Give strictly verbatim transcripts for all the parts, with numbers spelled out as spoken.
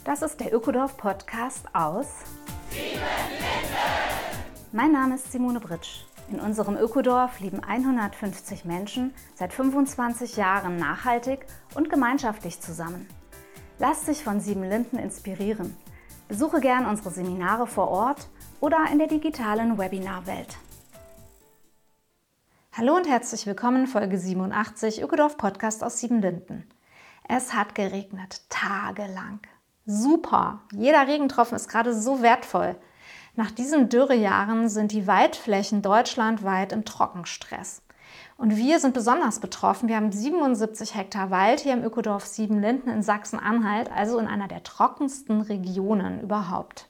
Das ist der Ökodorf-Podcast aus Siebenlinden. Mein Name ist Simone Britsch. In unserem Ökodorf leben hundertfünfzig Menschen seit fünfundzwanzig Jahren nachhaltig und gemeinschaftlich zusammen. Lass dich von Siebenlinden inspirieren. Besuche gern unsere Seminare vor Ort oder in der digitalen Webinarwelt. Hallo und herzlich willkommen, Folge siebenundachtzig, Ökodorf-Podcast aus Siebenlinden. Es hat geregnet, tagelang. Super! Jeder Regentropfen ist gerade so wertvoll. Nach diesen Dürrejahren sind die Waldflächen deutschlandweit im Trockenstress. Und wir sind besonders betroffen. Wir haben siebenundsiebzig Hektar Wald hier im Ökodorf Siebenlinden in Sachsen-Anhalt, also in einer der trockensten Regionen überhaupt.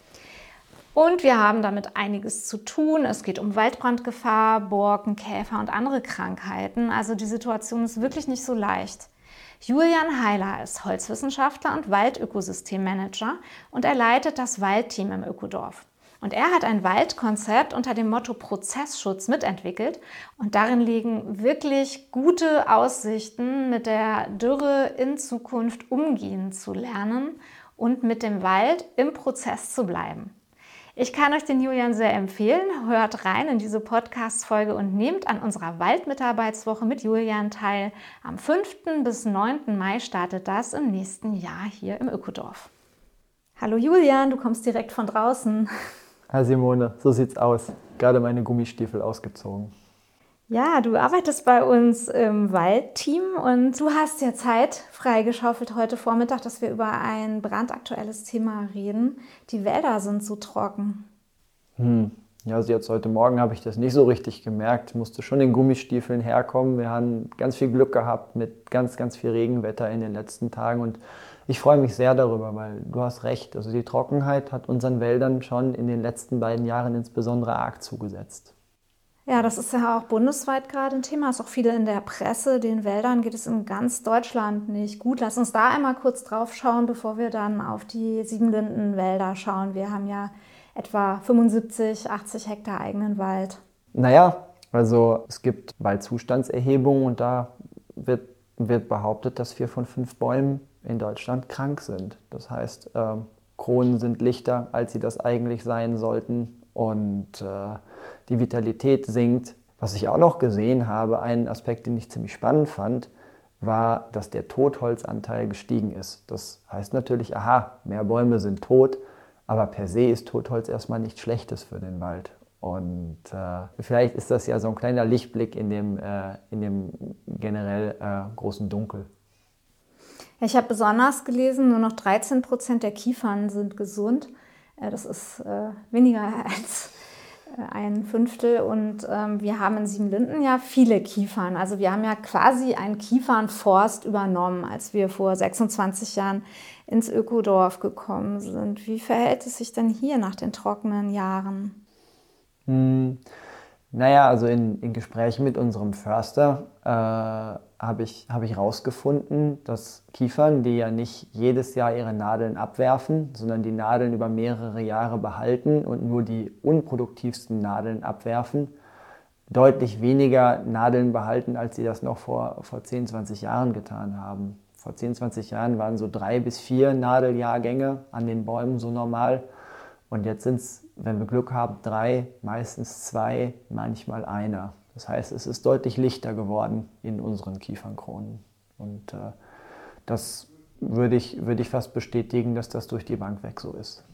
Und wir haben damit einiges zu tun. Es geht um Waldbrandgefahr, Borken, Käfer und andere Krankheiten. Also die Situation ist wirklich nicht so leicht. Julian Heiler ist Holzwissenschaftler und Waldökosystemmanager und er leitet das Waldteam im Ökodorf. Und er hat ein Waldkonzept unter dem Motto Prozessschutz mitentwickelt und darin liegen wirklich gute Aussichten, mit der Dürre in Zukunft umgehen zu lernen und mit dem Wald im Prozess zu bleiben. Ich kann euch den Julian sehr empfehlen. Hört rein in diese Podcast-Folge und nehmt an unserer Waldmitarbeitswoche mit Julian teil. Am fünften bis neunten Mai startet das im nächsten Jahr hier im Ökodorf. Hallo Julian, du kommst direkt von draußen. Hi Simone, so sieht's aus. Gerade meine Gummistiefel ausgezogen. Ja, du arbeitest bei uns im Waldteam und du hast ja Zeit freigeschaufelt heute Vormittag, dass wir über ein brandaktuelles Thema reden. Die Wälder sind so trocken. Hm. Ja, also jetzt heute Morgen habe ich das nicht so richtig gemerkt. Ich musste schon in Gummistiefeln herkommen. Wir haben ganz viel Glück gehabt mit ganz, ganz viel Regenwetter in den letzten Tagen und ich freue mich sehr darüber, weil du hast recht. Also die Trockenheit hat unseren Wäldern schon in den letzten beiden Jahren insbesondere arg zugesetzt. Ja, das ist ja auch bundesweit gerade ein Thema. Es ist auch viele in der Presse. Den Wäldern geht es in ganz Deutschland nicht gut. Lass uns da einmal kurz drauf schauen, bevor wir dann auf die Siebenlinden-Wälder schauen. Wir haben ja etwa fünfundsiebzig, achtzig Hektar eigenen Wald. Naja, also es gibt Waldzustandserhebungen und da wird, wird behauptet, dass vier von fünf Bäumen in Deutschland krank sind. Das heißt, äh, Kronen sind lichter, als sie das eigentlich sein sollten. Und äh, die Vitalität sinkt. Was ich auch noch gesehen habe, ein Aspekt, den ich ziemlich spannend fand, war, dass der Totholzanteil gestiegen ist. Das heißt natürlich, aha, mehr Bäume sind tot, aber per se ist Totholz erstmal nichts Schlechtes für den Wald. Und äh, vielleicht ist das ja so ein kleiner Lichtblick in dem, äh, in dem generell äh, großen Dunkel. Ich habe besonders gelesen, nur noch dreizehn Prozent der Kiefern sind gesund. Das ist äh, weniger als äh, ein Fünftel und ähm, wir haben in Siebenlinden ja viele Kiefern. Also wir haben ja quasi einen Kiefernforst übernommen, als wir vor sechsundzwanzig Jahren ins Ökodorf gekommen sind. Wie verhält es sich denn hier nach den trockenen Jahren? Hm, naja, also in, in Gesprächen mit unserem Förster äh, habe ich, hab ich rausgefunden, dass Kiefern, die ja nicht jedes Jahr ihre Nadeln abwerfen, sondern die Nadeln über mehrere Jahre behalten und nur die unproduktivsten Nadeln abwerfen, deutlich weniger Nadeln behalten, als sie das noch vor, vor zehn, zwanzig Jahren getan haben. Vor zehn, zwanzig Jahren waren so drei bis vier Nadeljahrgänge an den Bäumen so normal. Und jetzt sind es, wenn wir Glück haben, drei, meistens zwei, manchmal einer. Das heißt, es ist deutlich lichter geworden in unseren Kiefernkronen. Und äh, das würde ich, würde ich fast bestätigen, dass das durch die Bank weg so ist.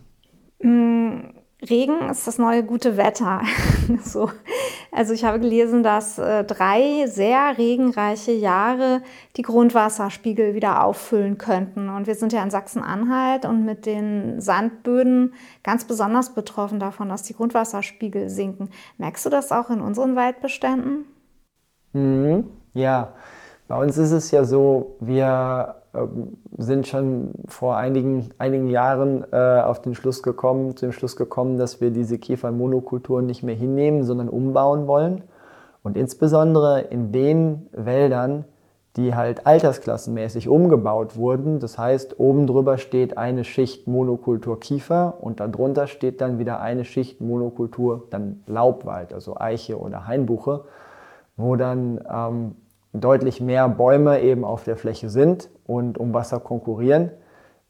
Regen ist das neue gute Wetter. so. Also ich habe gelesen, dass äh, drei sehr regenreiche Jahre die Grundwasserspiegel wieder auffüllen könnten. Und wir sind ja in Sachsen-Anhalt und mit den Sandböden ganz besonders betroffen davon, dass die Grundwasserspiegel sinken. Merkst du das auch in unseren Waldbeständen? Mhm, ja, bei uns ist es ja so, wir äh, sind schon vor einigen, einigen Jahren äh, auf den Schluss gekommen, zu dem Schluss gekommen, dass wir diese Kiefernmonokulturen nicht mehr hinnehmen, sondern umbauen wollen. Und insbesondere in den Wäldern, die halt altersklassenmäßig umgebaut wurden. Das heißt, oben drüber steht eine Schicht Monokultur Kiefer und darunter steht dann wieder eine Schicht Monokultur, dann Laubwald, also Eiche oder Hainbuche, wo dann ähm, deutlich mehr Bäume eben auf der Fläche sind und um Wasser konkurrieren.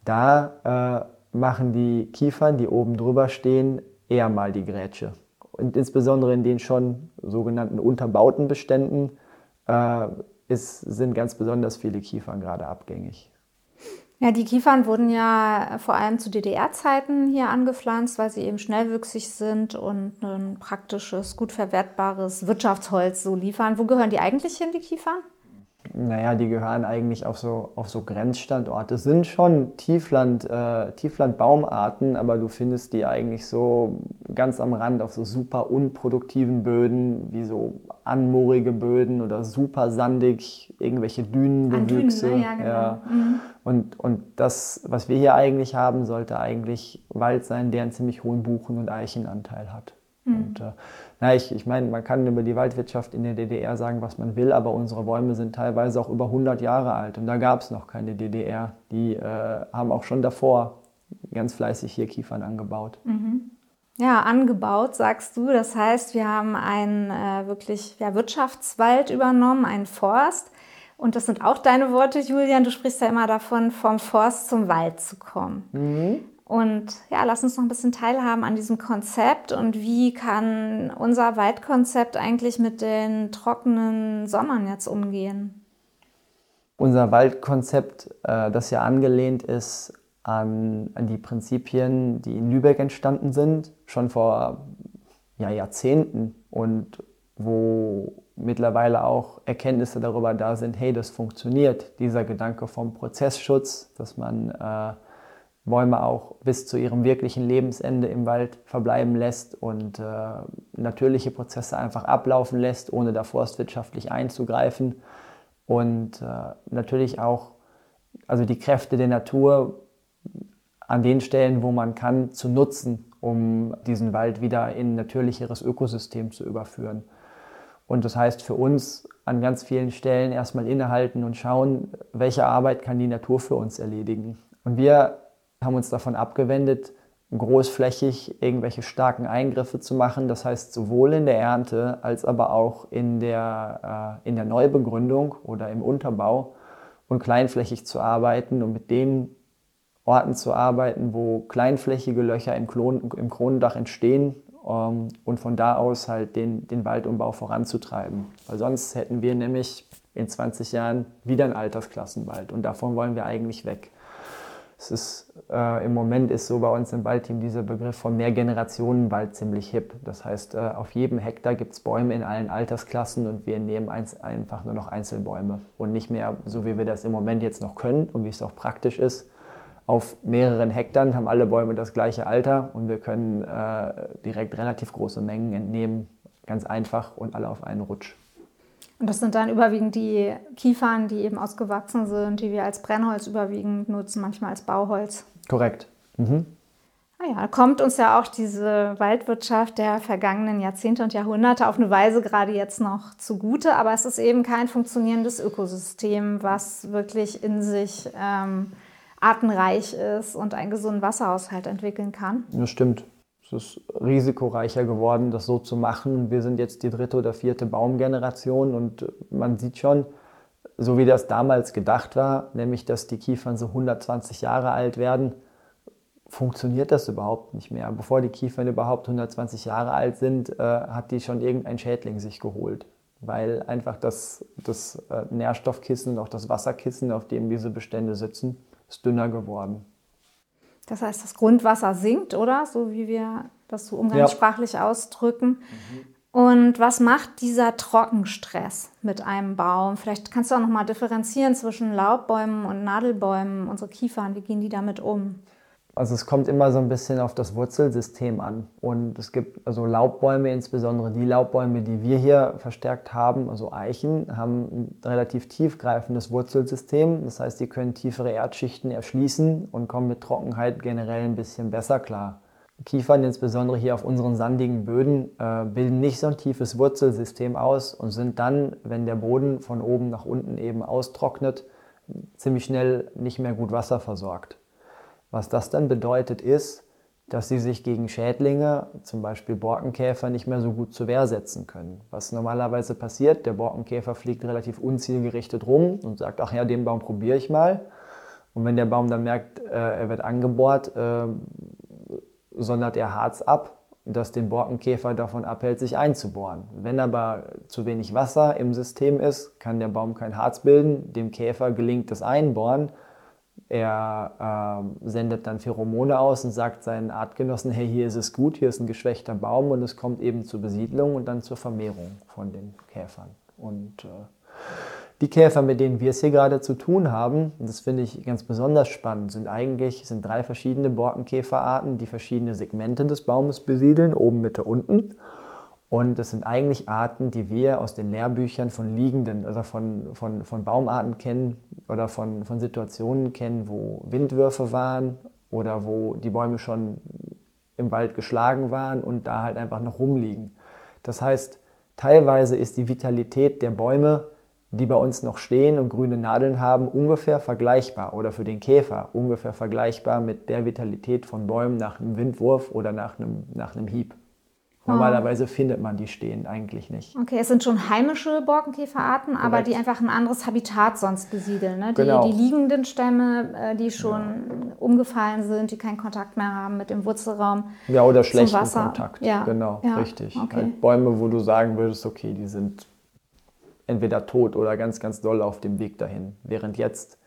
da äh, machen die Kiefern, die oben drüber stehen, eher mal die Grätsche. Und insbesondere in den schon sogenannten unterbauten Beständen äh, ist, sind ganz besonders viele Kiefern gerade abgängig. Ja, die Kiefern wurden ja vor allem zu D D R-Zeiten hier angepflanzt, weil sie eben schnellwüchsig sind und ein praktisches, gut verwertbares Wirtschaftsholz so liefern. Wo gehören die eigentlich hin, die Kiefern? Naja, die gehören eigentlich auf so, auf so Grenzstandorte. Es sind schon Tiefland, äh, Tieflandbaumarten, aber du findest die eigentlich so ganz am Rand auf so super unproduktiven Böden, wie so anmoorige Böden oder super sandig, irgendwelche Dünenbewüchse. An Dünen, ne? Ja, genau. Ja. Mhm. Und, und das, was wir hier eigentlich haben, sollte eigentlich Wald sein, der einen ziemlich hohen Buchen- und Eichenanteil hat. Mhm. Und, äh, na, ich, ich meine, man kann über die Waldwirtschaft in der D D R sagen, was man will, aber unsere Bäume sind teilweise auch über hundert Jahre alt und da gab es noch keine D D R. Die äh, haben auch schon davor ganz fleißig hier Kiefern angebaut. Mhm. Ja, angebaut, sagst du. Das heißt, wir haben einen äh, wirklich ja, Wirtschaftswald übernommen, einen Forst. Und das sind auch deine Worte, Julian. Du sprichst ja immer davon, vom Forst zum Wald zu kommen. Mhm. Und ja, lass uns noch ein bisschen teilhaben an diesem Konzept und wie kann unser Waldkonzept eigentlich mit den trockenen Sommern jetzt umgehen? Unser Waldkonzept, äh, das ja angelehnt ist an, an die Prinzipien, die in Lübeck entstanden sind, schon vor ja, Jahrzehnten und wo mittlerweile auch Erkenntnisse darüber da sind, hey, das funktioniert. Dieser Gedanke vom Prozessschutz, dass man äh, Bäume auch bis zu ihrem wirklichen Lebensende im Wald verbleiben lässt und äh, natürliche Prozesse einfach ablaufen lässt, ohne da forstwirtschaftlich einzugreifen. Und äh, natürlich auch also die Kräfte der Natur an den Stellen, wo man kann, zu nutzen, um diesen Wald wieder in ein natürlicheres Ökosystem zu überführen. Und das heißt für uns an ganz vielen Stellen erstmal innehalten und schauen, welche Arbeit kann die Natur für uns erledigen. Und wir haben uns davon abgewendet, großflächig irgendwelche starken Eingriffe zu machen. Das heißt sowohl in der Ernte als aber auch in der, äh, in der Neubegründung oder im Unterbau und kleinflächig zu arbeiten und mit den Orten zu arbeiten, wo kleinflächige Löcher im, Klon, im Kronendach entstehen ähm, und von da aus halt den, den Waldumbau voranzutreiben. Weil sonst hätten wir nämlich in zwanzig Jahren wieder einen Altersklassenwald und davon wollen wir eigentlich weg. Es ist, äh, im Moment ist so bei uns im Waldteam dieser Begriff von Mehrgenerationenwald ziemlich hip. Das heißt, äh, auf jedem Hektar gibt es Bäume in allen Altersklassen und wir nehmen eins, einfach nur noch Einzelbäume. Und nicht mehr, so wie wir das im Moment jetzt noch können und wie es auch praktisch ist, auf mehreren Hektaren haben alle Bäume das gleiche Alter und wir können äh, direkt relativ große Mengen entnehmen, ganz einfach und alle auf einen Rutsch. Und das sind dann überwiegend die Kiefern, die eben ausgewachsen sind, die wir als Brennholz überwiegend nutzen, manchmal als Bauholz. Korrekt. Mhm. Ah ja, da kommt uns ja auch diese Waldwirtschaft der vergangenen Jahrzehnte und Jahrhunderte auf eine Weise gerade jetzt noch zugute, aber es ist eben kein funktionierendes Ökosystem, was wirklich in sich ähm, artenreich ist und einen gesunden Wasserhaushalt entwickeln kann. Das stimmt. Es ist risikoreicher geworden, das so zu machen. Wir sind jetzt die dritte oder vierte Baumgeneration und man sieht schon, so wie das damals gedacht war, nämlich dass die Kiefern so hundertzwanzig Jahre alt werden, funktioniert das überhaupt nicht mehr. Bevor die Kiefern überhaupt hundertzwanzig Jahre alt sind, äh, hat die schon irgendein Schädling sich geholt, weil einfach das, das äh, Nährstoffkissen und auch das Wasserkissen, auf dem diese Bestände sitzen, ist dünner geworden. Das heißt, das Grundwasser sinkt, oder? So wie wir das so umgangssprachlich ja. ausdrücken. Mhm. Und was macht dieser Trockenstress mit einem Baum? Vielleicht kannst du auch noch mal differenzieren zwischen Laubbäumen und Nadelbäumen, unsere Kiefern. Wie gehen die damit um? Also es kommt immer so ein bisschen auf das Wurzelsystem an. Und es gibt also Laubbäume, insbesondere die Laubbäume, die wir hier verstärkt haben, also Eichen, haben ein relativ tiefgreifendes Wurzelsystem. Das heißt, die können tiefere Erdschichten erschließen und kommen mit Trockenheit generell ein bisschen besser klar. Kiefern, insbesondere hier auf unseren sandigen Böden, äh, bilden nicht so ein tiefes Wurzelsystem aus und sind dann, wenn der Boden von oben nach unten eben austrocknet, ziemlich schnell nicht mehr gut wasserversorgt. Was das dann bedeutet ist, dass sie sich gegen Schädlinge, zum Beispiel Borkenkäfer, nicht mehr so gut zur Wehr setzen können. Was normalerweise passiert, der Borkenkäfer fliegt relativ unzielgerichtet rum und sagt, ach ja, den Baum probiere ich mal. Und wenn der Baum dann merkt, äh, er wird angebohrt, äh, sondert er Harz ab, das den Borkenkäfer davon abhält, sich einzubohren. Wenn aber zu wenig Wasser im System ist, kann der Baum kein Harz bilden. Dem Käfer gelingt das Einbohren. Er äh, sendet dann Pheromone aus und sagt seinen Artgenossen, hey, hier ist es gut, hier ist ein geschwächter Baum, und es kommt eben zur Besiedlung und dann zur Vermehrung von den Käfern. Und äh, die Käfer, mit denen wir es hier gerade zu tun haben, und das finde ich ganz besonders spannend, sind eigentlich sind drei verschiedene Borkenkäferarten, die verschiedene Segmente des Baumes besiedeln, oben, Mitte, unten. Und das sind eigentlich Arten, die wir aus den Lehrbüchern von liegenden, also von, von, von Baumarten kennen oder von, von Situationen kennen, wo Windwürfe waren oder wo die Bäume schon im Wald geschlagen waren und da halt einfach noch rumliegen. Das heißt, teilweise ist die Vitalität der Bäume, die bei uns noch stehen und grüne Nadeln haben, ungefähr vergleichbar oder für den Käfer ungefähr vergleichbar mit der Vitalität von Bäumen nach einem Windwurf oder nach einem, nach einem Hieb. Normalerweise findet man die stehen eigentlich nicht. Okay, es sind schon heimische Borkenkäferarten, Korrekt. Aber die einfach ein anderes Habitat sonst besiedeln. Ne? Die, Genau. die liegenden Stämme, die schon ja. umgefallen sind, die keinen Kontakt mehr haben mit dem Wurzelraum. Ja, oder schlechten Wasser. Kontakt. Ja. Genau, ja. richtig. Okay. Halt Bäume, wo du sagen würdest, okay, die sind entweder tot oder ganz, ganz doll auf dem Weg dahin. Während jetzt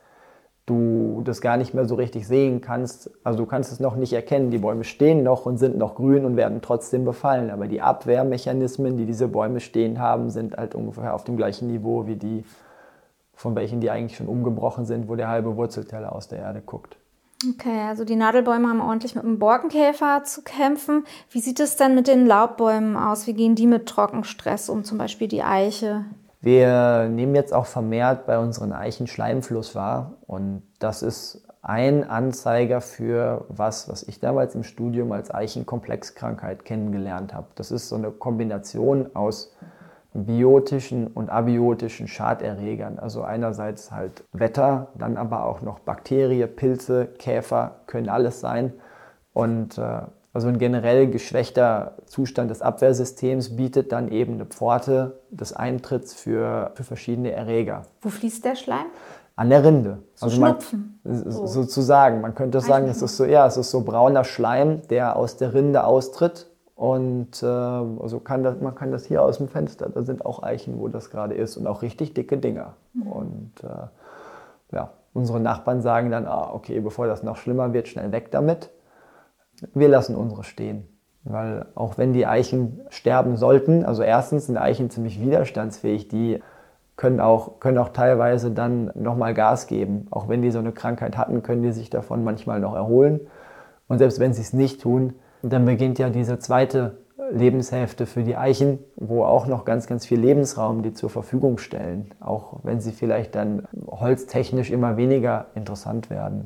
du das gar nicht mehr so richtig sehen kannst. Also du kannst es noch nicht erkennen. Die Bäume stehen noch und sind noch grün und werden trotzdem befallen. Aber die Abwehrmechanismen, die diese Bäume stehen haben, sind halt ungefähr auf dem gleichen Niveau wie die, von welchen die eigentlich schon umgebrochen sind, wo der halbe Wurzelteller aus der Erde guckt. Okay, also die Nadelbäume haben ordentlich mit dem Borkenkäfer zu kämpfen. Wie sieht es denn mit den Laubbäumen aus? Wie gehen die mit Trockenstress um, zum Beispiel die Eiche? Wir nehmen jetzt auch vermehrt bei unseren Eichen Schleimfluss wahr, und das ist ein Anzeiger für was, was ich damals im Studium als Eichenkomplexkrankheit kennengelernt habe. Das ist so eine Kombination aus biotischen und abiotischen Schaderregern. Also einerseits halt Wetter, dann aber auch noch Bakterien, Pilze, Käfer, können alles sein. Und äh, also ein generell geschwächter Zustand des Abwehrsystems bietet dann eben eine Pforte des Eintritts für, für verschiedene Erreger. Wo fließt der Schleim? An der Rinde. So also Schnupfen. Man, so. Sozusagen. Man könnte sagen, es ist so, ja, es ist so brauner Schleim, der aus der Rinde austritt. Und äh, also kann das, man kann das hier aus dem Fenster, da sind auch Eichen, wo das gerade ist, und auch richtig dicke Dinger. Mhm. Und äh, ja, unsere Nachbarn sagen dann, ah, okay, bevor das noch schlimmer wird, schnell weg damit. Wir lassen unsere stehen, weil auch wenn die Eichen sterben sollten, also erstens sind Eichen ziemlich widerstandsfähig, die können auch, können auch teilweise dann nochmal Gas geben. Auch wenn die so eine Krankheit hatten, können die sich davon manchmal noch erholen. Und selbst wenn sie es nicht tun, dann beginnt ja diese zweite Lebenshälfte für die Eichen, wo auch noch ganz, ganz viel Lebensraum die zur Verfügung stellen, auch wenn sie vielleicht dann holztechnisch immer weniger interessant werden.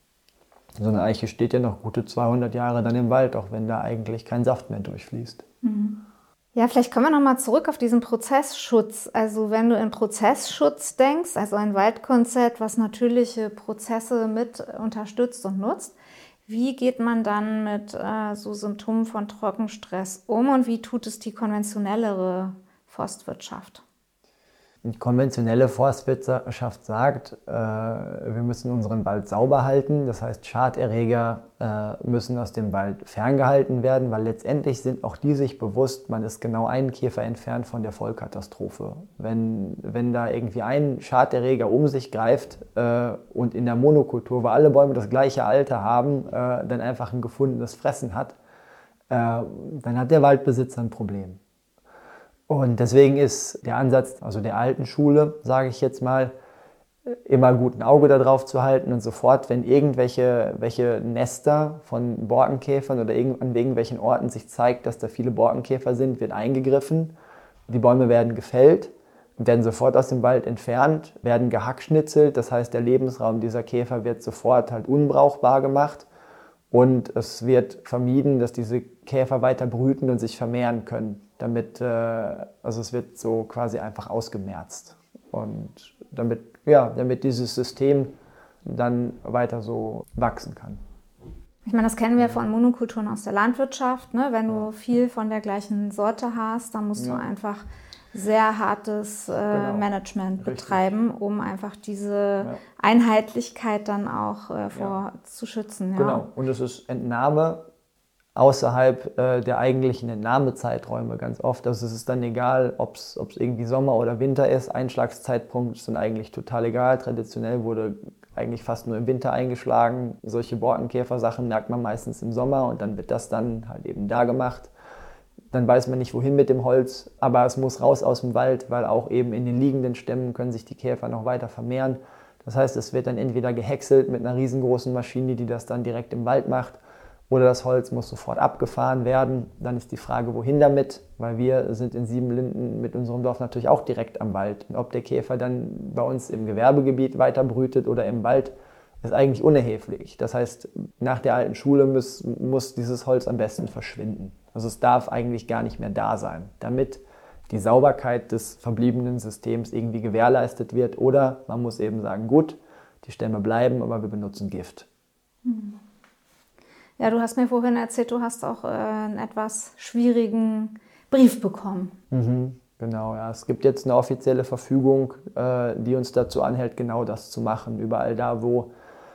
So eine Eiche steht ja noch gute zweihundert Jahre dann im Wald, auch wenn da eigentlich kein Saft mehr durchfließt. Ja, vielleicht kommen wir nochmal zurück auf diesen Prozessschutz. Also wenn du in Prozessschutz denkst, also ein Waldkonzept, was natürliche Prozesse mit unterstützt und nutzt, wie geht man dann mit äh, so Symptomen von Trockenstress um und wie tut es die konventionellere Forstwirtschaft? Die konventionelle Forstwirtschaft sagt, äh, wir müssen unseren Wald sauber halten. Das heißt, Schaderreger äh, müssen aus dem Wald ferngehalten werden, weil letztendlich sind auch die sich bewusst, man ist genau einen Käfer entfernt von der Vollkatastrophe. Wenn, wenn da irgendwie ein Schaderreger um sich greift äh, und in der Monokultur, wo alle Bäume das gleiche Alter haben, äh, dann einfach ein gefundenes Fressen hat, äh, dann hat der Waldbesitzer ein Problem. Und deswegen ist der Ansatz, also der alten Schule, sage ich jetzt mal, immer gut ein Auge darauf zu halten und sofort, wenn irgendwelche welche Nester von Borkenkäfern oder an irgendwelchen Orten sich zeigt, dass da viele Borkenkäfer sind, wird eingegriffen. Die Bäume werden gefällt, werden sofort aus dem Wald entfernt, werden gehackschnitzelt. Das heißt, der Lebensraum dieser Käfer wird sofort halt unbrauchbar gemacht. Und es wird vermieden, dass diese Käfer weiter brüten und sich vermehren können. Damit, äh, also es wird so quasi einfach ausgemerzt. Und damit, ja, damit dieses System dann weiter so wachsen kann. Ich meine, das kennen wir von Monokulturen aus der Landwirtschaft. Ne? Wenn du viel von der gleichen Sorte hast, dann musst ja. du einfach sehr hartes äh, Genau. Management Richtig. betreiben, um einfach diese Ja. Einheitlichkeit dann auch äh, vor Ja. zu schützen. Ja. Genau. Und es ist Entnahme außerhalb äh, der eigentlichen Entnahmezeiträume ganz oft. Also es ist dann egal, ob es irgendwie Sommer oder Winter ist. Einschlagszeitpunkt ist dann eigentlich total egal. Traditionell wurde eigentlich fast nur im Winter eingeschlagen. Solche Borkenkäfersachen merkt man meistens im Sommer und dann wird das dann halt eben da gemacht. Dann weiß man nicht, wohin mit dem Holz, aber es muss raus aus dem Wald, weil auch eben in den liegenden Stämmen können sich die Käfer noch weiter vermehren. Das heißt, es wird dann entweder gehäckselt mit einer riesengroßen Maschine, die das dann direkt im Wald macht, oder das Holz muss sofort abgefahren werden. Dann ist die Frage, wohin damit, weil wir sind in Siebenlinden mit unserem Dorf natürlich auch direkt am Wald. Und ob der Käfer dann bei uns im Gewerbegebiet weiter brütet oder im Wald, ist eigentlich unerheblich. Das heißt, nach der alten Schule muss, muss dieses Holz am besten verschwinden. Also es darf eigentlich gar nicht mehr da sein, damit die Sauberkeit des verbliebenen Systems irgendwie gewährleistet wird. Oder man muss eben sagen, gut, die Stämme bleiben, aber wir benutzen Gift. Ja, du hast mir vorhin erzählt, du hast auch äh, einen etwas schwierigen Brief bekommen. Mhm, genau, ja. Es gibt jetzt eine offizielle Verfügung, äh, die uns dazu anhält, genau das zu machen. Überall da, wo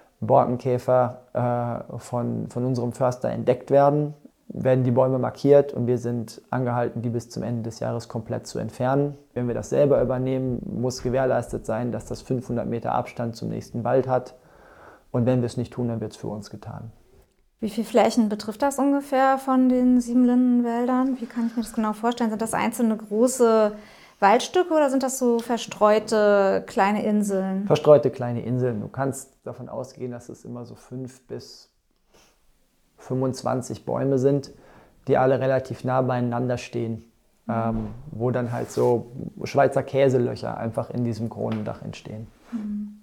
Borkenkäfer äh, von, von unserem Förster entdeckt werden, werden die Bäume markiert und wir sind angehalten, die bis zum Ende des Jahres komplett zu entfernen. Wenn wir das selber übernehmen, muss gewährleistet sein, dass das fünfhundert Meter Abstand zum nächsten Wald hat. Und wenn wir es nicht tun, dann wird es für uns getan. Wie viele Flächen betrifft das ungefähr von den Siebenlindenwäldern? Wie kann ich mir das genau vorstellen? Sind das einzelne große Waldstücke oder sind das so verstreute kleine Inseln? Verstreute kleine Inseln. Du kannst davon ausgehen, dass es immer so fünf bis fünfundzwanzig Bäume sind, die alle relativ nah beieinander stehen, mhm. ähm, wo dann halt so Schweizer Käselöcher einfach in diesem Kronendach entstehen. Mhm.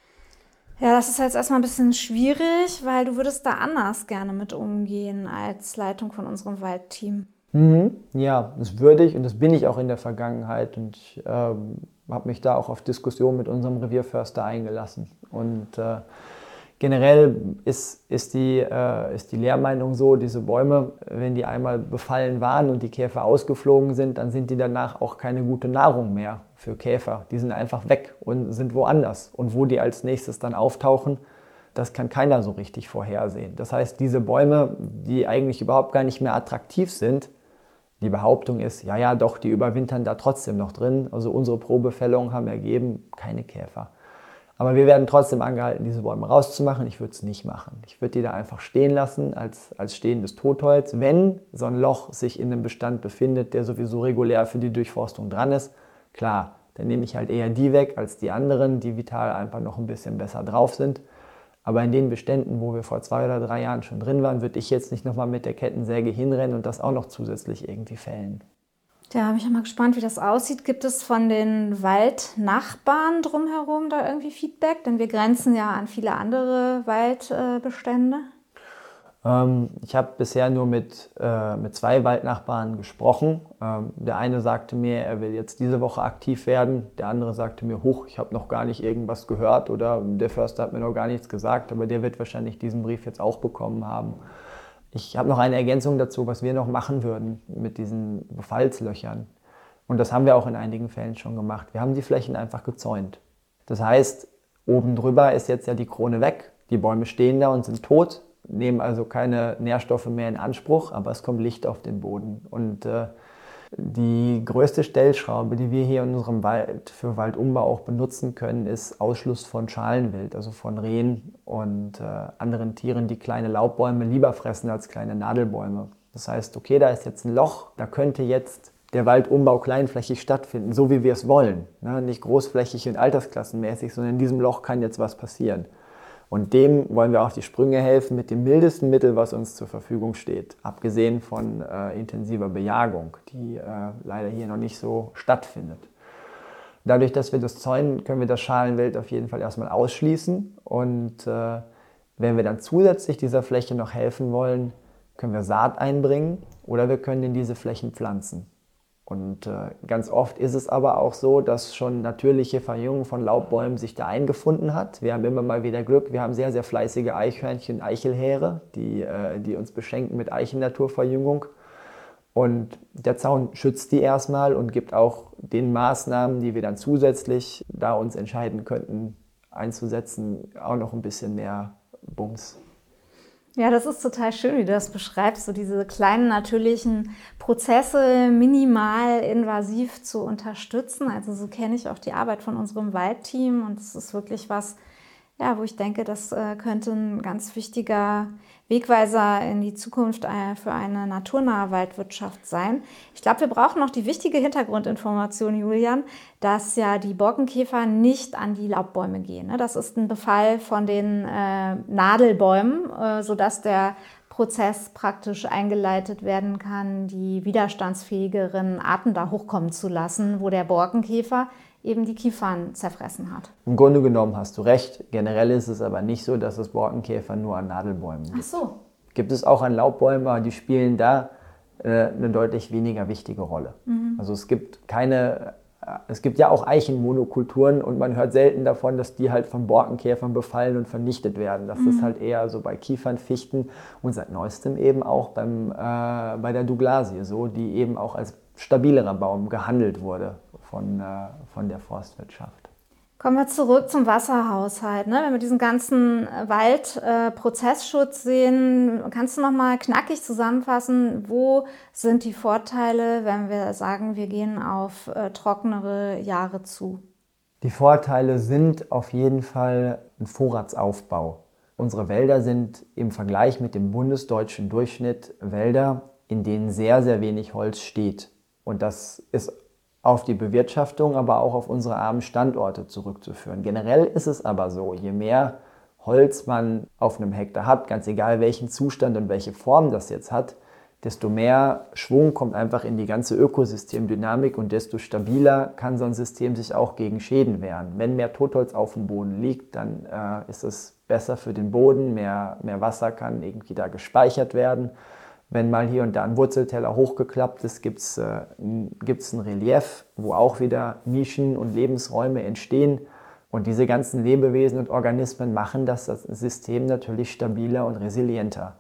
Ja, das ist jetzt erstmal ein bisschen schwierig, weil du würdest da anders gerne mit umgehen als Leitung von unserem Waldteam. Mhm. Ja, das würde ich und das bin ich auch in der Vergangenheit und ich ähm, habe mich da auch auf Diskussionen mit unserem Revierförster eingelassen. Und äh, generell ist, ist, die, äh, ist die Lehrmeinung so, diese Bäume, wenn die einmal befallen waren und die Käfer ausgeflogen sind, dann sind die danach auch keine gute Nahrung mehr für Käfer. Die sind einfach weg und sind woanders. Und wo die als nächstes dann auftauchen, das kann keiner so richtig vorhersehen. Das heißt, diese Bäume, die eigentlich überhaupt gar nicht mehr attraktiv sind, die Behauptung ist, ja, ja, doch, die überwintern da trotzdem noch drin. Also unsere Probefällungen haben ergeben, keine Käfer. Aber wir werden trotzdem angehalten, diese Bäume rauszumachen. Ich würde es nicht machen. Ich würde die da einfach stehen lassen als, als stehendes Totholz. Wenn so ein Loch sich in einem Bestand befindet, der sowieso regulär für die Durchforstung dran ist, klar, dann nehme ich halt eher die weg als die anderen, die vital einfach noch ein bisschen besser drauf sind. Aber in den Beständen, wo wir vor zwei oder drei Jahren schon drin waren, würde ich jetzt nicht nochmal mit der Kettensäge hinrennen und das auch noch zusätzlich irgendwie fällen. Ja, bin ich ja mal gespannt, wie das aussieht. Gibt es von den Waldnachbarn drumherum da irgendwie Feedback? Denn wir grenzen ja an viele andere Waldbestände. Ähm, ich habe bisher nur mit, äh, mit zwei Waldnachbarn gesprochen. Ähm, der eine sagte mir, er will jetzt diese Woche aktiv werden. Der andere sagte mir, huch, ich habe noch gar nicht irgendwas gehört oder der Förster hat mir noch gar nichts gesagt. Aber der wird wahrscheinlich diesen Brief jetzt auch bekommen haben. Ich habe noch eine Ergänzung dazu, was wir noch machen würden mit diesen Befallslöchern. Und das haben wir auch in einigen Fällen schon gemacht. Wir haben die Flächen einfach gezäunt. Das heißt, oben drüber ist jetzt ja die Krone weg. Die Bäume stehen da und sind tot, nehmen also keine Nährstoffe mehr in Anspruch, aber es kommt Licht auf den Boden. Und äh, die größte Stellschraube, die wir hier in unserem Wald für Waldumbau auch benutzen können, ist Ausschluss von Schalenwild, also von Rehen und äh, anderen Tieren, die kleine Laubbäume lieber fressen als kleine Nadelbäume. Das heißt, okay, da ist jetzt ein Loch, da könnte jetzt der Waldumbau kleinflächig stattfinden, so wie wir es wollen. Ne? Nicht großflächig und altersklassenmäßig, sondern in diesem Loch kann jetzt was passieren. Und dem wollen wir auf die Sprünge helfen mit dem mildesten Mittel, was uns zur Verfügung steht. Abgesehen von äh, intensiver Bejagung, die äh, leider hier noch nicht so stattfindet. Dadurch, dass wir das zäunen, können wir das Schalenwild auf jeden Fall erstmal ausschließen. Und äh, wenn wir dann zusätzlich dieser Fläche noch helfen wollen, können wir Saat einbringen oder wir können in diese Flächen pflanzen. Und äh, ganz oft ist es aber auch so, dass schon natürliche Verjüngung von Laubbäumen sich da eingefunden hat. Wir haben immer mal wieder Glück. Wir haben sehr, sehr fleißige Eichhörnchen, Eichelhäre, die, äh, die uns beschenken mit Eichennaturverjüngung. Und der Zaun schützt die erstmal und gibt auch den Maßnahmen, die wir dann zusätzlich da uns entscheiden könnten einzusetzen, auch noch ein bisschen mehr Bums. Ja, das ist total schön, wie du das beschreibst, so diese kleinen natürlichen Prozesse minimal invasiv zu unterstützen. Also so kenne ich auch die Arbeit von unserem Waldteam und es ist wirklich was, ja, wo ich denke, das äh, könnte ein ganz wichtiger Wegweiser in die Zukunft äh, für eine naturnahe Waldwirtschaft sein. Ich glaube, wir brauchen noch die wichtige Hintergrundinformation, Julian, dass ja die Borkenkäfer nicht an die Laubbäume gehen. Ne? Das ist ein Befall von den äh, Nadelbäumen, äh, sodass der Prozess praktisch eingeleitet werden kann, die widerstandsfähigeren Arten da hochkommen zu lassen, wo der Borkenkäfer eben die Kiefern zerfressen hat. Im Grunde genommen hast du recht. Generell ist es aber nicht so, dass es Borkenkäfer nur an Nadelbäumen gibt. Ach so. Gibt es auch an Laubbäumen, aber die spielen da äh, eine deutlich weniger wichtige Rolle. Mhm. Also es gibt keine, äh, es gibt ja auch Eichenmonokulturen und man hört selten davon, dass die halt von Borkenkäfern befallen und vernichtet werden. Das mhm. ist halt eher so bei Kiefern, Fichten und seit neuestem eben auch beim, äh, bei der Douglasie so, die eben auch als stabilerer Baum gehandelt wurde von, äh, von der Forstwirtschaft. Kommen wir zurück zum Wasserhaushalt. Ne? Wenn wir diesen ganzen Waldprozessschutz äh, sehen, kannst du noch mal knackig zusammenfassen, wo sind die Vorteile, wenn wir sagen, wir gehen auf äh, trockenere Jahre zu? Die Vorteile sind auf jeden Fall ein Vorratsaufbau. Unsere Wälder sind im Vergleich mit dem bundesdeutschen Durchschnitt Wälder, in denen sehr, sehr wenig Holz steht. Und das ist auf die Bewirtschaftung, aber auch auf unsere armen Standorte zurückzuführen. Generell ist es aber so, je mehr Holz man auf einem Hektar hat, ganz egal welchen Zustand und welche Form das jetzt hat, desto mehr Schwung kommt einfach in die ganze Ökosystemdynamik und desto stabiler kann so ein System sich auch gegen Schäden wehren. Wenn mehr Totholz auf dem Boden liegt, dann äh, ist es besser für den Boden, mehr, mehr Wasser kann irgendwie da gespeichert werden. Wenn mal hier und da ein Wurzelteller hochgeklappt ist, gibt es äh, gibt's ein Relief, wo auch wieder Nischen und Lebensräume entstehen. Und diese ganzen Lebewesen und Organismen machen das, das System natürlich stabiler und resilienter.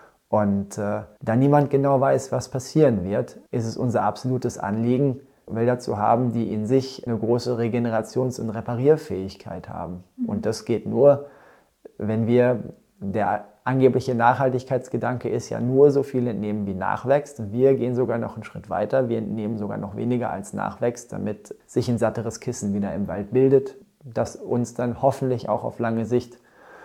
Und äh, da niemand genau weiß, was passieren wird, ist es unser absolutes Anliegen, Wälder zu haben, die in sich eine große Regenerations- und Reparierfähigkeit haben. Mhm. Und das geht nur, wenn wir, der angebliche Nachhaltigkeitsgedanke ist ja nur so viel entnehmen, wie nachwächst. Wir gehen sogar noch einen Schritt weiter. Wir entnehmen sogar noch weniger als nachwächst, damit sich ein satteres Kissen wieder im Wald bildet, das uns dann hoffentlich auch auf lange Sicht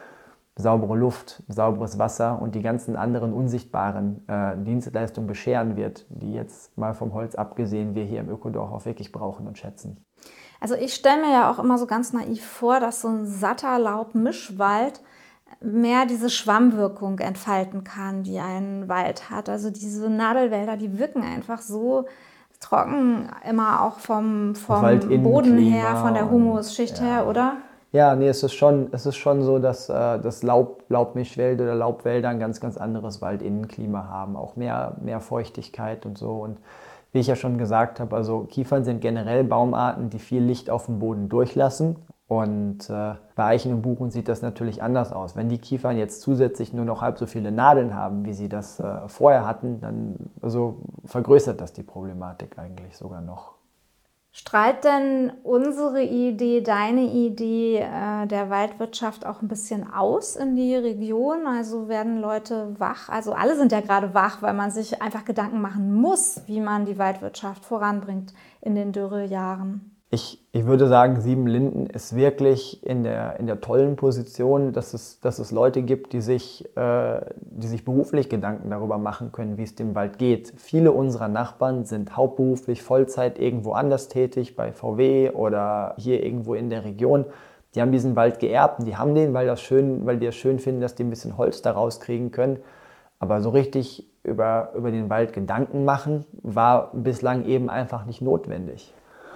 saubere Luft, sauberes Wasser und die ganzen anderen unsichtbaren äh, Dienstleistungen bescheren wird, die jetzt mal vom Holz abgesehen wir hier im Ökodorf auch wirklich brauchen und schätzen. Also ich stelle mir ja auch immer so ganz naiv vor, dass so ein satter Laub-Mischwald mehr diese Schwammwirkung entfalten kann, die ein Wald hat. Also diese Nadelwälder, die wirken einfach so trocken, immer auch vom, vom Boden her, von der Humusschicht ja. her, oder? Ja, nee, es ist schon, es ist schon so, dass äh, das Laub, Laubmischwälder oder Laubwälder ein ganz, ganz anderes Waldinnenklima haben, auch mehr, mehr Feuchtigkeit und so. Und wie ich ja schon gesagt habe, also Kiefern sind generell Baumarten, die viel Licht auf dem Boden durchlassen. Und äh, bei Eichen und Buchen sieht das natürlich anders aus. Wenn die Kiefern jetzt zusätzlich nur noch halb so viele Nadeln haben, wie sie das äh, vorher hatten, dann also vergrößert das die Problematik eigentlich sogar noch. Strahlt denn unsere Idee, deine Idee äh, der Waldwirtschaft auch ein bisschen aus in die Region? Also werden Leute wach? Also alle sind ja gerade wach, weil man sich einfach Gedanken machen muss, wie man die Waldwirtschaft voranbringt in den Dürrejahren. Ich, ich würde sagen, Siebenlinden ist wirklich in der, in der tollen Position, dass es, dass es Leute gibt, die sich, äh, die sich beruflich Gedanken darüber machen können, wie es dem Wald geht. Viele unserer Nachbarn sind hauptberuflich Vollzeit irgendwo anders tätig, bei V W oder hier irgendwo in der Region. Die haben diesen Wald geerbt und die haben den, weil, das schön, weil die es schön finden, dass die ein bisschen Holz daraus kriegen können. Aber so richtig über, über den Wald Gedanken machen, war bislang eben einfach nicht notwendig.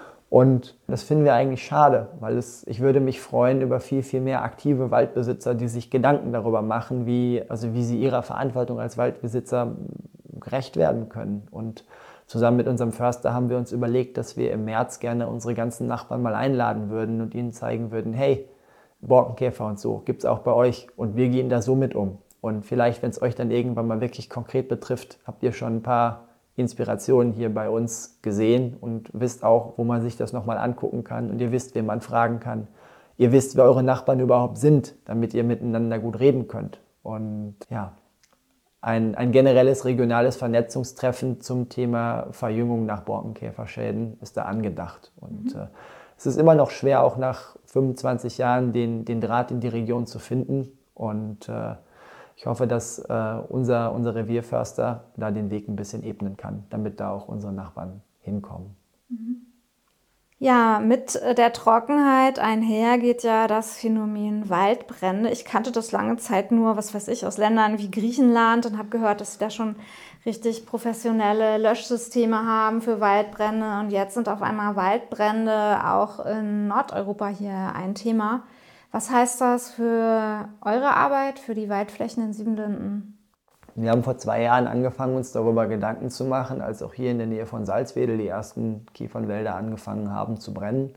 Und das finden wir eigentlich schade, weil es, ich würde mich freuen über viel, viel mehr aktive Waldbesitzer, die sich Gedanken darüber machen, wie, also wie sie ihrer Verantwortung als Waldbesitzer gerecht werden können. Und zusammen mit unserem Förster haben wir uns überlegt, dass wir im März gerne unsere ganzen Nachbarn mal einladen würden und ihnen zeigen würden, hey, Borkenkäfer und so gibt es auch bei euch und wir gehen da so mit um. Und vielleicht, wenn es euch dann irgendwann mal wirklich konkret betrifft, habt ihr schon ein paar Inspiration hier bei uns gesehen und wisst auch, wo man sich das nochmal angucken kann. Und ihr wisst, wen man fragen kann. Ihr wisst, wer eure Nachbarn überhaupt sind, damit ihr miteinander gut reden könnt. Und ja, ein, ein generelles regionales Vernetzungstreffen zum Thema Verjüngung nach Borkenkäferschäden ist da angedacht. Und mhm. äh, es ist immer noch schwer, auch nach fünfundzwanzig Jahren den, den Draht in die Region zu finden. Und äh, ich hoffe, dass äh, unser, unser Revierförster da den Weg ein bisschen ebnen kann, damit da auch unsere Nachbarn hinkommen. Ja, mit der Trockenheit einher geht ja das Phänomen Waldbrände. Ich kannte das lange Zeit nur, was weiß ich, aus Ländern wie Griechenland und habe gehört, dass sie da schon richtig professionelle Löschsysteme haben für Waldbrände. Und jetzt sind auf einmal Waldbrände auch in Nordeuropa hier ein Thema. Was heißt das für eure Arbeit, für die Waldflächen in Siebenlinden? Wir haben vor zwei Jahren angefangen, uns darüber Gedanken zu machen, als auch hier in der Nähe von Salzwedel die ersten Kiefernwälder angefangen haben zu brennen.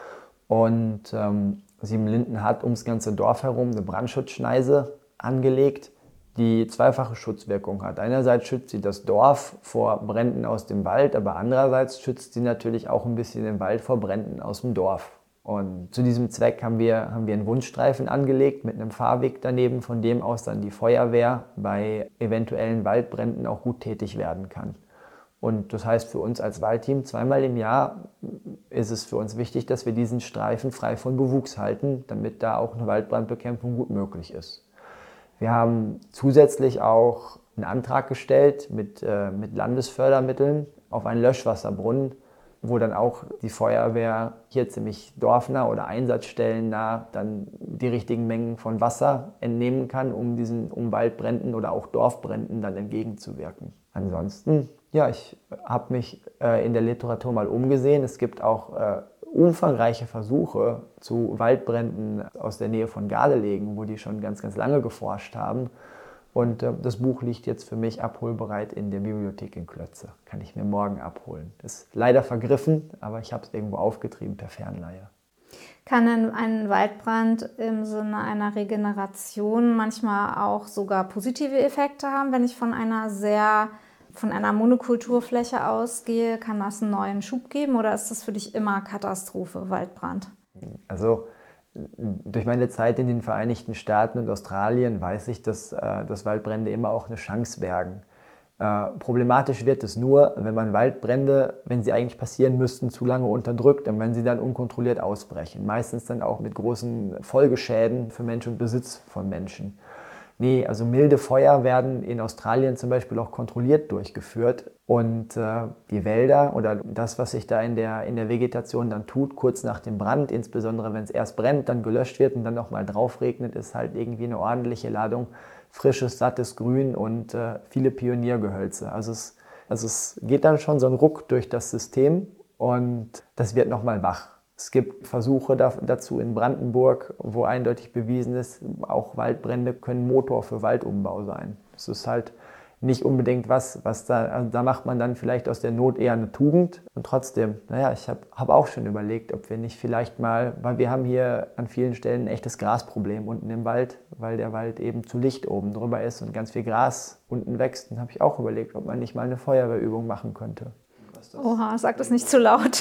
Und ähm, Siebenlinden hat ums ganze Dorf herum eine Brandschutzschneise angelegt, die zweifache Schutzwirkung hat. Einerseits schützt sie das Dorf vor Bränden aus dem Wald, aber andererseits schützt sie natürlich auch ein bisschen den Wald vor Bränden aus dem Dorf. Und zu diesem Zweck haben wir, haben wir einen Wundstreifen angelegt mit einem Fahrweg daneben, von dem aus dann die Feuerwehr bei eventuellen Waldbränden auch gut tätig werden kann. Und das heißt für uns als Waldteam, zweimal im Jahr ist es für uns wichtig, dass wir diesen Streifen frei von Bewuchs halten, damit da auch eine Waldbrandbekämpfung gut möglich ist. Wir haben zusätzlich auch einen Antrag gestellt mit, äh, mit Landesfördermitteln auf einen Löschwasserbrunnen, wo dann auch die Feuerwehr hier ziemlich dorfnah oder einsatzstellennah dann die richtigen Mengen von Wasser entnehmen kann, um diesen um Waldbränden oder auch Dorfbränden dann entgegenzuwirken. Ansonsten, ja, ich habe mich äh, in der Literatur mal umgesehen. Es gibt auch äh, umfangreiche Versuche zu Waldbränden aus der Nähe von Gardelegen, wo die schon ganz, ganz lange geforscht haben. Und äh, das Buch liegt jetzt für mich abholbereit in der Bibliothek in Klötze. Kann ich mir morgen abholen. Ist leider vergriffen, aber ich habe es irgendwo aufgetrieben per Fernleihe. Kann denn ein Waldbrand im Sinne einer Regeneration manchmal auch sogar positive Effekte haben? Wenn ich von einer sehr, von einer Monokulturfläche ausgehe, kann das einen neuen Schub geben oder ist das für dich immer Katastrophe, Waldbrand? Also durch meine Zeit in den Vereinigten Staaten und Australien weiß ich, dass, äh, dass Waldbrände immer auch eine Chance bergen. Äh, problematisch wird es nur, wenn man Waldbrände, wenn sie eigentlich passieren müssten, zu lange unterdrückt und wenn sie dann unkontrolliert ausbrechen. Meistens dann auch mit großen Folgeschäden für Mensch und Besitz von Menschen. Nee, also milde Feuer werden in Australien zum Beispiel auch kontrolliert durchgeführt und äh, die Wälder oder das, was sich da in der, in der Vegetation dann tut, kurz nach dem Brand, insbesondere wenn es erst brennt, dann gelöscht wird und dann nochmal drauf regnet, ist halt irgendwie eine ordentliche Ladung frisches, sattes Grün und äh, viele Pioniergehölze. Also es, also es geht dann schon so ein Ruck durch das System und das wird nochmal wach. Es gibt Versuche dazu in Brandenburg, wo eindeutig bewiesen ist, auch Waldbrände können Motor für Waldumbau sein. Das ist halt nicht unbedingt was, was da, also da macht man dann vielleicht aus der Not eher eine Tugend. Und trotzdem, naja, ich habe hab auch schon überlegt, ob wir nicht vielleicht mal, weil wir haben hier an vielen Stellen ein echtes Grasproblem unten im Wald, weil der Wald eben zu licht oben drüber ist und ganz viel Gras unten wächst. Und habe ich auch überlegt, ob man nicht mal eine Feuerwehrübung machen könnte. Oha, sag das nicht zu laut.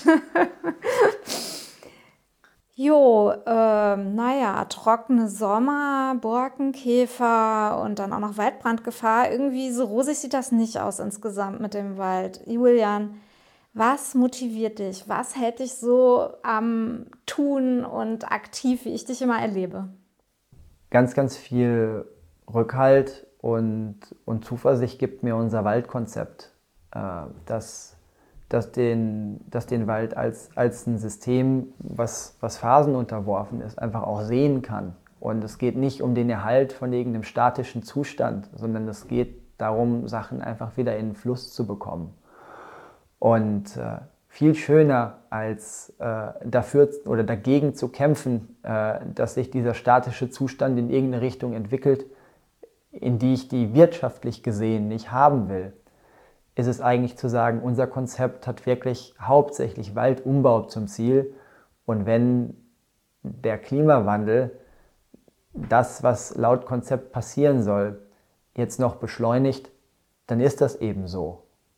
Jo, ähm, naja, trockene Sommer, Borkenkäfer und dann auch noch Waldbrandgefahr. Irgendwie so rosig sieht das nicht aus insgesamt mit dem Wald. Julian, was motiviert dich? Was hält dich so am Tun und aktiv, wie ich dich immer erlebe? Ganz, ganz viel Rückhalt und, und Zuversicht gibt mir unser Waldkonzept, äh, das dass den, dass den Wald als, als ein System, was, was Phasen unterworfen ist, einfach auch sehen kann. Und es geht nicht um den Erhalt von irgendeinem statischen Zustand, sondern es geht darum, Sachen einfach wieder in den Fluss zu bekommen. Und äh, viel schöner als äh, dafür oder dagegen zu kämpfen, äh, dass sich dieser statische Zustand in irgendeine Richtung entwickelt, in die ich die wirtschaftlich gesehen nicht haben will, ist es eigentlich zu sagen, unser Konzept hat wirklich hauptsächlich Waldumbau zum Ziel. Und wenn der Klimawandel das, was laut Konzept passieren soll, jetzt noch beschleunigt, dann ist das eben so.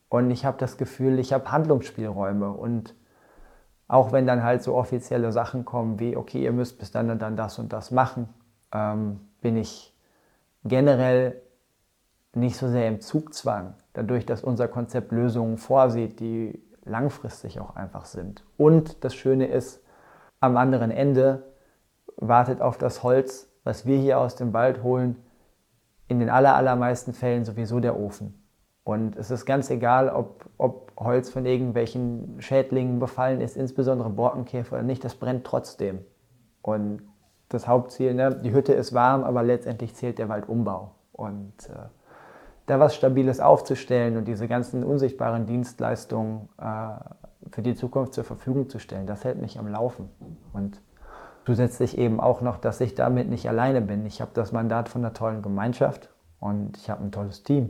Und ich habe das Gefühl, ich habe Handlungsspielräume. Und auch wenn dann halt so offizielle Sachen kommen wie, okay, ihr müsst bis dann und dann das und das machen, ähm, bin ich generell nicht so sehr im Zugzwang, dadurch, dass unser Konzept Lösungen vorsieht, die langfristig auch einfach sind. Und das Schöne ist, am anderen Ende wartet auf das Holz, was wir hier aus dem Wald holen, in den aller, allermeisten Fällen sowieso der Ofen. Und es ist ganz egal, ob, ob Holz von irgendwelchen Schädlingen befallen ist, insbesondere Borkenkäfer oder nicht, das brennt trotzdem. Und das Hauptziel, ne, die Hütte ist warm, aber letztendlich zählt der Waldumbau. Und äh, da was Stabiles aufzustellen und diese ganzen unsichtbaren Dienstleistungen äh, für die Zukunft zur Verfügung zu stellen, das hält mich am Laufen. Und zusätzlich eben auch noch, dass ich damit nicht alleine bin. Ich habe das Mandat von einer tollen Gemeinschaft und ich habe ein tolles Team.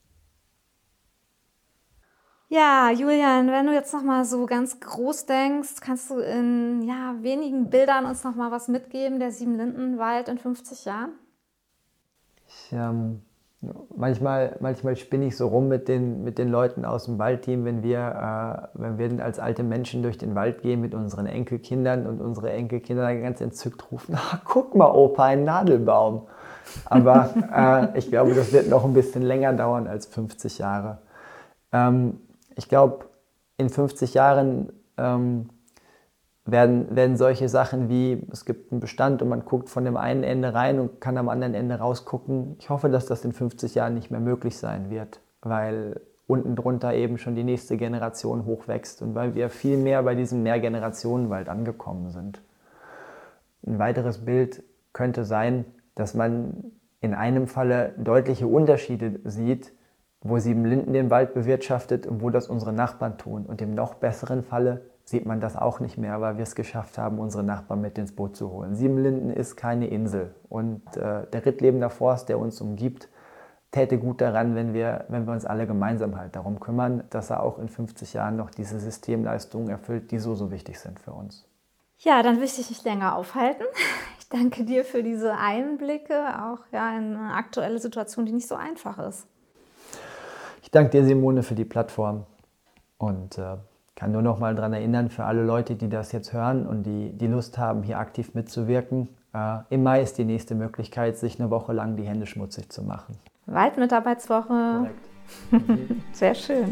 Ja, Julian, wenn du jetzt noch mal so ganz groß denkst, kannst du in ja, wenigen Bildern uns noch mal was mitgeben, der Siebenlindenwald in fünfzig Jahren? Ich, ähm, manchmal, manchmal spinne ich so rum mit den, mit den Leuten aus dem Waldteam, wenn wir, äh, wenn wir als alte Menschen durch den Wald gehen mit unseren Enkelkindern und unsere Enkelkinder ganz entzückt rufen, ah, guck mal Opa, ein Nadelbaum. Aber äh, ich glaube, das wird noch ein bisschen länger dauern als fünfzig Jahre. Ähm, Ich glaube, in fünfzig Jahren ähm, werden, werden solche Sachen wie, es gibt einen Bestand und man guckt von dem einen Ende rein und kann am anderen Ende rausgucken. Ich hoffe, dass das in fünfzig Jahren nicht mehr möglich sein wird, weil unten drunter eben schon die nächste Generation hochwächst und weil wir viel mehr bei diesem Mehrgenerationenwald angekommen sind. Ein weiteres Bild könnte sein, dass man in einem Falle deutliche Unterschiede sieht, wo Siebenlinden den Wald bewirtschaftet und wo das unsere Nachbarn tun. Und im noch besseren Falle sieht man das auch nicht mehr, weil wir es geschafft haben, unsere Nachbarn mit ins Boot zu holen. Siebenlinden ist keine Insel. Und äh, der Rittlebener Forst, der uns umgibt, täte gut daran, wenn wir, wenn wir uns alle gemeinsam halt darum kümmern, dass er auch in fünfzig Jahren noch diese Systemleistungen erfüllt, die so, so wichtig sind für uns. Ja, dann will ich dich nicht länger aufhalten. Ich danke dir für diese Einblicke, auch ja, in eine aktuelle Situation, die nicht so einfach ist. Ich danke dir, Simone, für die Plattform und äh, kann nur noch mal daran erinnern, für alle Leute, die das jetzt hören und die, die Lust haben, hier aktiv mitzuwirken. Äh, Im Mai ist die nächste Möglichkeit, sich eine Woche lang die Hände schmutzig zu machen. Waldmitarbeitswoche. Korrekt. Sehr schön.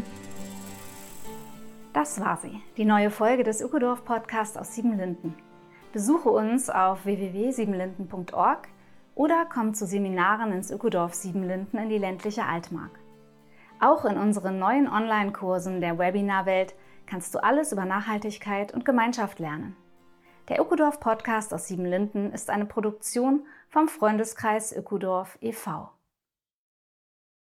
Das war sie, die neue Folge des Ökodorf-Podcasts aus Siebenlinden. Besuche uns auf w w w punkt siebenlinden punkt org oder komm zu Seminaren ins Ökodorf Siebenlinden in die ländliche Altmark. Auch in unseren neuen Online-Kursen der Webinarwelt kannst du alles über Nachhaltigkeit und Gemeinschaft lernen. Der Ökodorf-Podcast aus Siebenlinden ist eine Produktion vom Freundeskreis Ökodorf e V